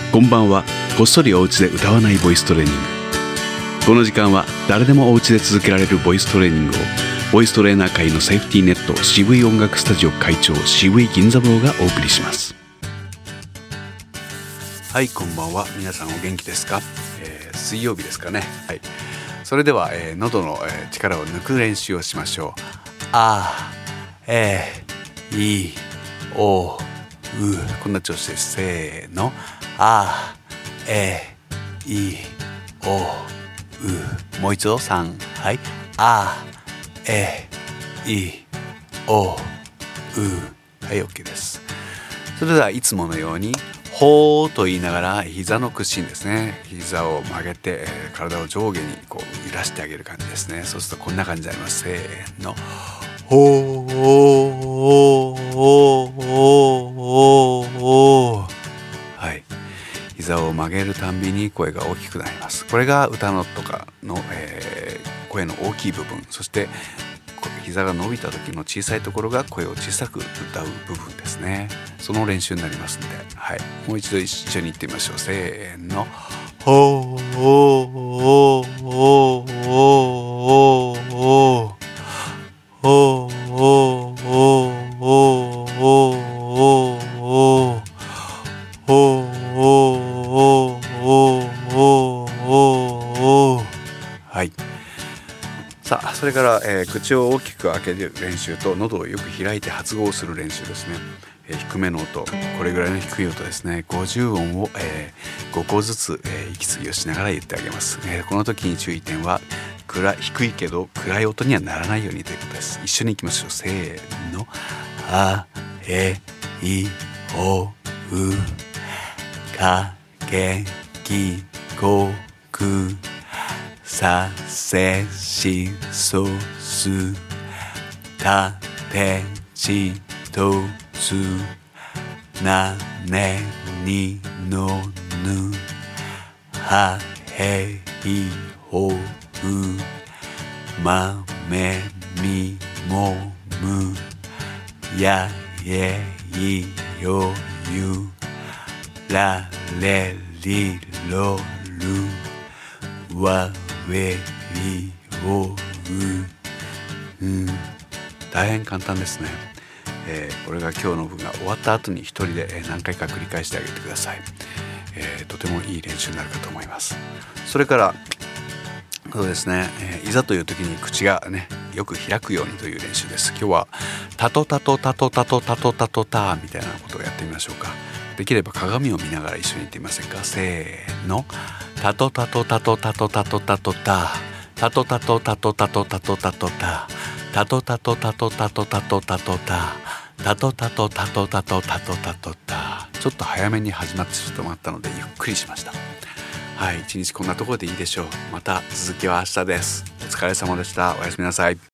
こんばんは。こっそりお家で歌わないボイストレーニング。この時間は誰でもお家で続けられるボイストレーニングをボイストレーナー界のセーフティーネット、渋い音楽スタジオ会長渋い銀座坊がお送りします。はい、こんばんは。皆さんお元気ですか？水曜日ですかね。はい、それでは、喉の、力を抜く練習をしましょう。あいおう、こんな調子です。せーの。あいおう。もう一度3。はい。あいおう。はい、OK です。それではいつものようにほーと言いながら膝の屈伸ですね。膝を曲げて、体を上下にこう揺らしてあげる感じですね。そうするとこんな感じになります。せーの。ほーほーほーほーほー。はい。膝を曲げるたんびに声が大きくなります。これが歌のとかの、声の大きい部分、そして膝が伸びた時の小さいところが声を小さく歌う部分ですね。その練習になりますので、はい、もう一度一緒に言ってみましょう。せーの。ほーほーほーほーほーほーほーほーほーほーほーほーほー。はい。さあ、それから、口を大きく開ける練習と喉をよく開いて発語をする練習ですね。低めの音、これぐらいの低い音ですね。50音を、5個ずつ、息継ぎをしながら言ってあげます。この時に注意点は低いけど暗い音にはならないようにということです。一緒に行きましょう。せーの。あいおうかけきこくさせしそすたてちとつなねにのぬはへいほうまめみもむやえいよゆられりろるわべりおう。大変簡単ですね。これが今日の分が終わった後に一人で何回か繰り返してあげてください。とてもいい練習になるかと思います。それからそうですね、いざという時に口がねよく開くようにという練習です。今日はタトタトタトタトタトタトタみたいなことをやってみましょうか。できれば鏡を見ながら一緒に言ってみませんか。せーの。タトタトタトタトタトタトタタトタトタトタトタトタトタタトタトタトタトタトタトタタトタトタトタトタトタトタ。ちょっと早めに始まってしまったのでゆっくりしました。はい、一日こんなところでいいでしょう。また続きは明日です。お疲れ様でした。おやすみなさい。